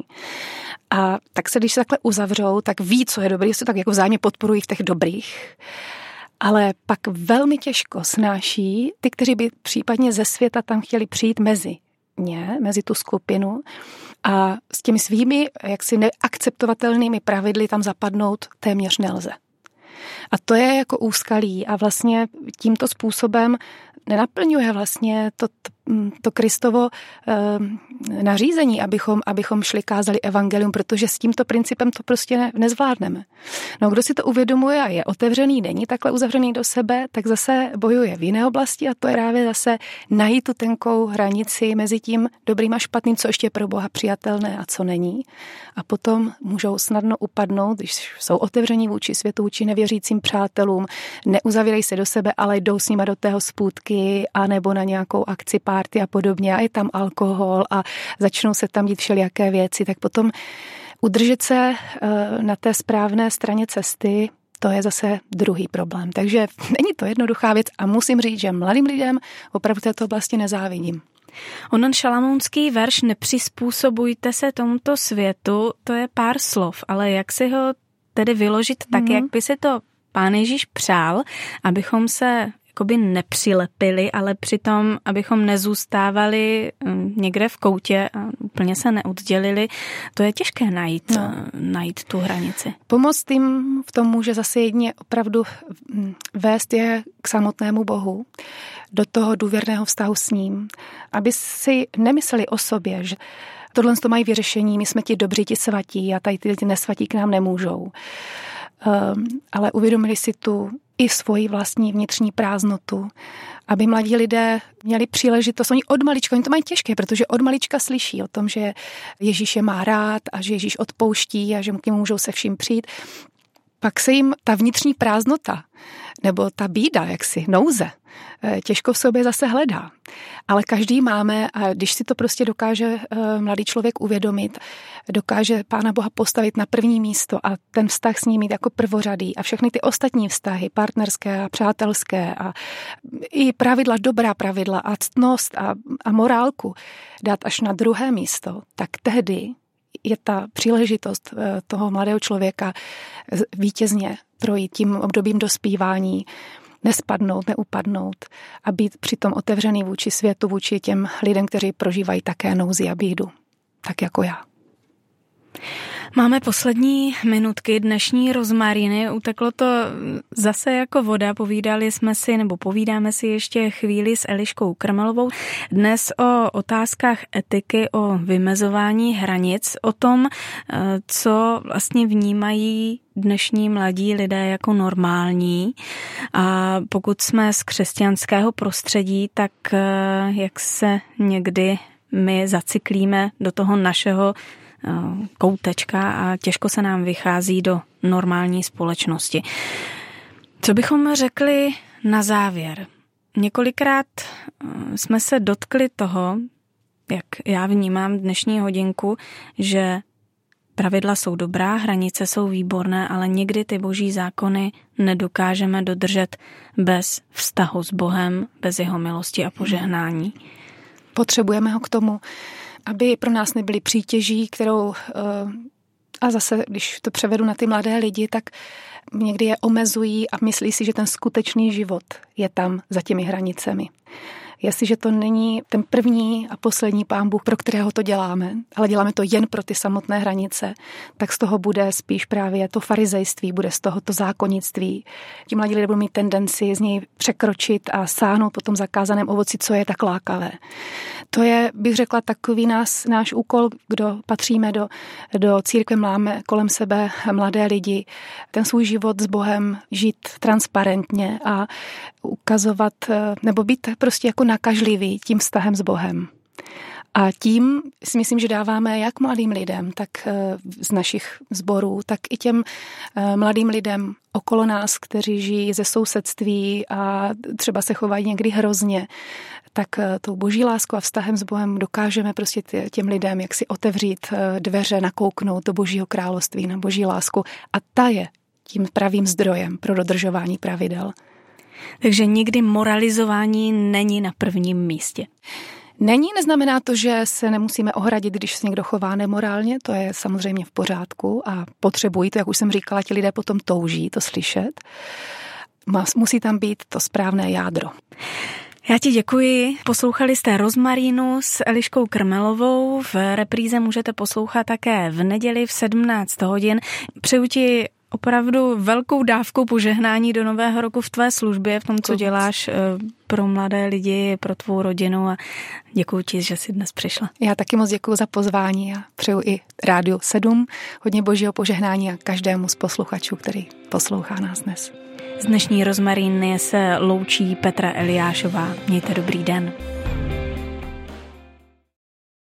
A tak se, když se takhle uzavřou, tak ví, co je dobrý, se tak jako vzájemně podporují v těch dobrých. ale pak velmi těžko snáší ty, kteří by případně ze světa tam chtěli přijít mezi ně, mezi tu skupinu a s těmi svými jaksi neakceptovatelnými pravidly tam zapadnout téměř nelze. A to je jako úskalí a vlastně tímto způsobem nenaplňuje vlastně to, to, to Kristovo e, nařízení, abychom, abychom šli kázali evangelium, protože s tímto principem to prostě ne, nezvládneme. No, kdo si to uvědomuje a je otevřený, není takhle uzavřený do sebe, tak zase bojuje v jiné oblasti a to je právě zase najít tu tenkou hranici mezi tím dobrým a špatným, co ještě pro Boha přijatelné a co není. A potom můžou snadno upadnout, když jsou otevření vůči světu, vůči nevěřícím přátelům, neuzavírají se do sebe, ale jdou s nima do té hospůdky a nebo na nějakou akci, party a podobně a je tam alkohol a začnou se tam dít všelijaké věci, tak potom udržet se na té správné straně cesty, to je zase druhý problém. Takže není to jednoduchá věc a musím říct, že mladým lidem opravdu této oblasti nezávidím. Onen šalamounský verš nepřizpůsobujte se tomuto světu, to je pár slov, ale jak si ho tedy vyložit tak, mm. jak by si to Pán Ježíš přál, abychom se jakoby nepřilepili, ale přitom, abychom nezůstávali někde v koutě a úplně se neoddělili, to je těžké najít, no. najít tu hranici. Pomoct jim v tom může zase jedině opravdu vést je k samotnému Bohu, do toho důvěrného vztahu s ním, aby si nemysleli o sobě, že tohle to mají vyřešení, my jsme ti dobří, ti svatí a tady ty nesvatí k nám nemůžou. Um, ale uvědomili si tu i svoji vlastní vnitřní prázdnotu, aby mladí lidé měli příležitost. Oni od malička, oni to mají těžké, protože od malička slyší o tom, že Ježíš je má rád a že Ježíš odpouští a že k němu můžou se vším přijít. Pak se jim ta vnitřní prázdnota nebo ta bída, jaksi nouze, těžko v sobě zase hledá. Ale každý máme a když si to prostě dokáže mladý člověk uvědomit, dokáže Pána Boha postavit na první místo a ten vztah s ním mít jako prvořadý a všechny ty ostatní vztahy, partnerské a přátelské a i pravidla, dobrá pravidla a ctnost a, a morálku dát až na druhé místo, tak tehdy je ta příležitost toho mladého člověka vítězně projít tím obdobím dospívání, nespadnout, neupadnout a být přitom otevřený vůči světu, vůči těm lidem, kteří prožívají také nouzi a bídu, tak jako já. Máme poslední minutky dnešní rozmariny, uteklo to zase jako voda, povídali jsme si, nebo povídáme si ještě chvíli s Eliškou Krmelovou. Dnes o otázkách etiky, o vymezování hranic, o tom, co vlastně vnímají dnešní mladí lidé jako normální. A pokud jsme z křesťanského prostředí, tak jak se někdy my zacyklíme do toho našeho koutečka a těžko se nám vychází do normální společnosti. Co bychom řekli na závěr? Několikrát jsme se dotkli toho, jak já vnímám dnešní hodinku, že pravidla jsou dobrá, hranice jsou výborné, ale někdy ty boží zákony nedokážeme dodržet bez vztahu s Bohem, bez jeho milosti a požehnání. Potřebujeme ho k tomu, aby pro nás nebyly přítěží, kterou, a zase, když to převedu na ty mladé lidi, tak někdy je omezují a myslí si, že ten skutečný život je tam za těmi hranicemi. Jestliže to není ten první a poslední Pán Bůh, pro kterého to děláme, ale děláme to jen pro ty samotné hranice, tak z toho bude spíš právě to farizejství, bude z toho to zákonnictví. Ti mladí lidé budou mít tendenci z něj překročit a sáhnout po tom zakázaném ovoci, co je tak lákavé. To je, bych řekla, takový nás, náš úkol, kdo patříme do, do církve, máme kolem sebe mladé lidi, ten svůj život s Bohem žít transparentně a ukazovat, nebo být prostě jako nakažlivý tím vztahem s Bohem. A tím si myslím, že dáváme jak mladým lidem, tak z našich sborů, tak i těm mladým lidem okolo nás, kteří žijí ze sousedství a třeba se chovají někdy hrozně, tak tou boží láskou a vztahem s Bohem dokážeme prostě těm lidem jak si otevřít dveře, nakouknout do božího království, na boží lásku. A ta je tím pravým zdrojem pro dodržování pravidel. Takže nikdy moralizování není na prvním místě. Není, neznamená to, že se nemusíme ohradit, když se někdo chová nemorálně, to je samozřejmě v pořádku a potřebují to, jak už jsem říkala, ti lidé potom touží to slyšet. musí tam být to správné jádro. Já ti děkuji. Poslouchali jste Rozmarínu s Eliškou Krmelovou. V repríze můžete poslouchat také v neděli v sedmnáct hodin. Přeju ti opravdu velkou dávku požehnání do nového roku v tvé službě, v tom, co děláš pro mladé lidi, pro tvou rodinu a děkuji ti, že jsi dnes přišla. Já taky moc děkuji za pozvání a přeju i Rádiu sedm hodně božího požehnání a každému z posluchačů, který poslouchá nás dnes. Z dnešní Rozmaríny se loučí Petra Eliášová. Mějte dobrý den.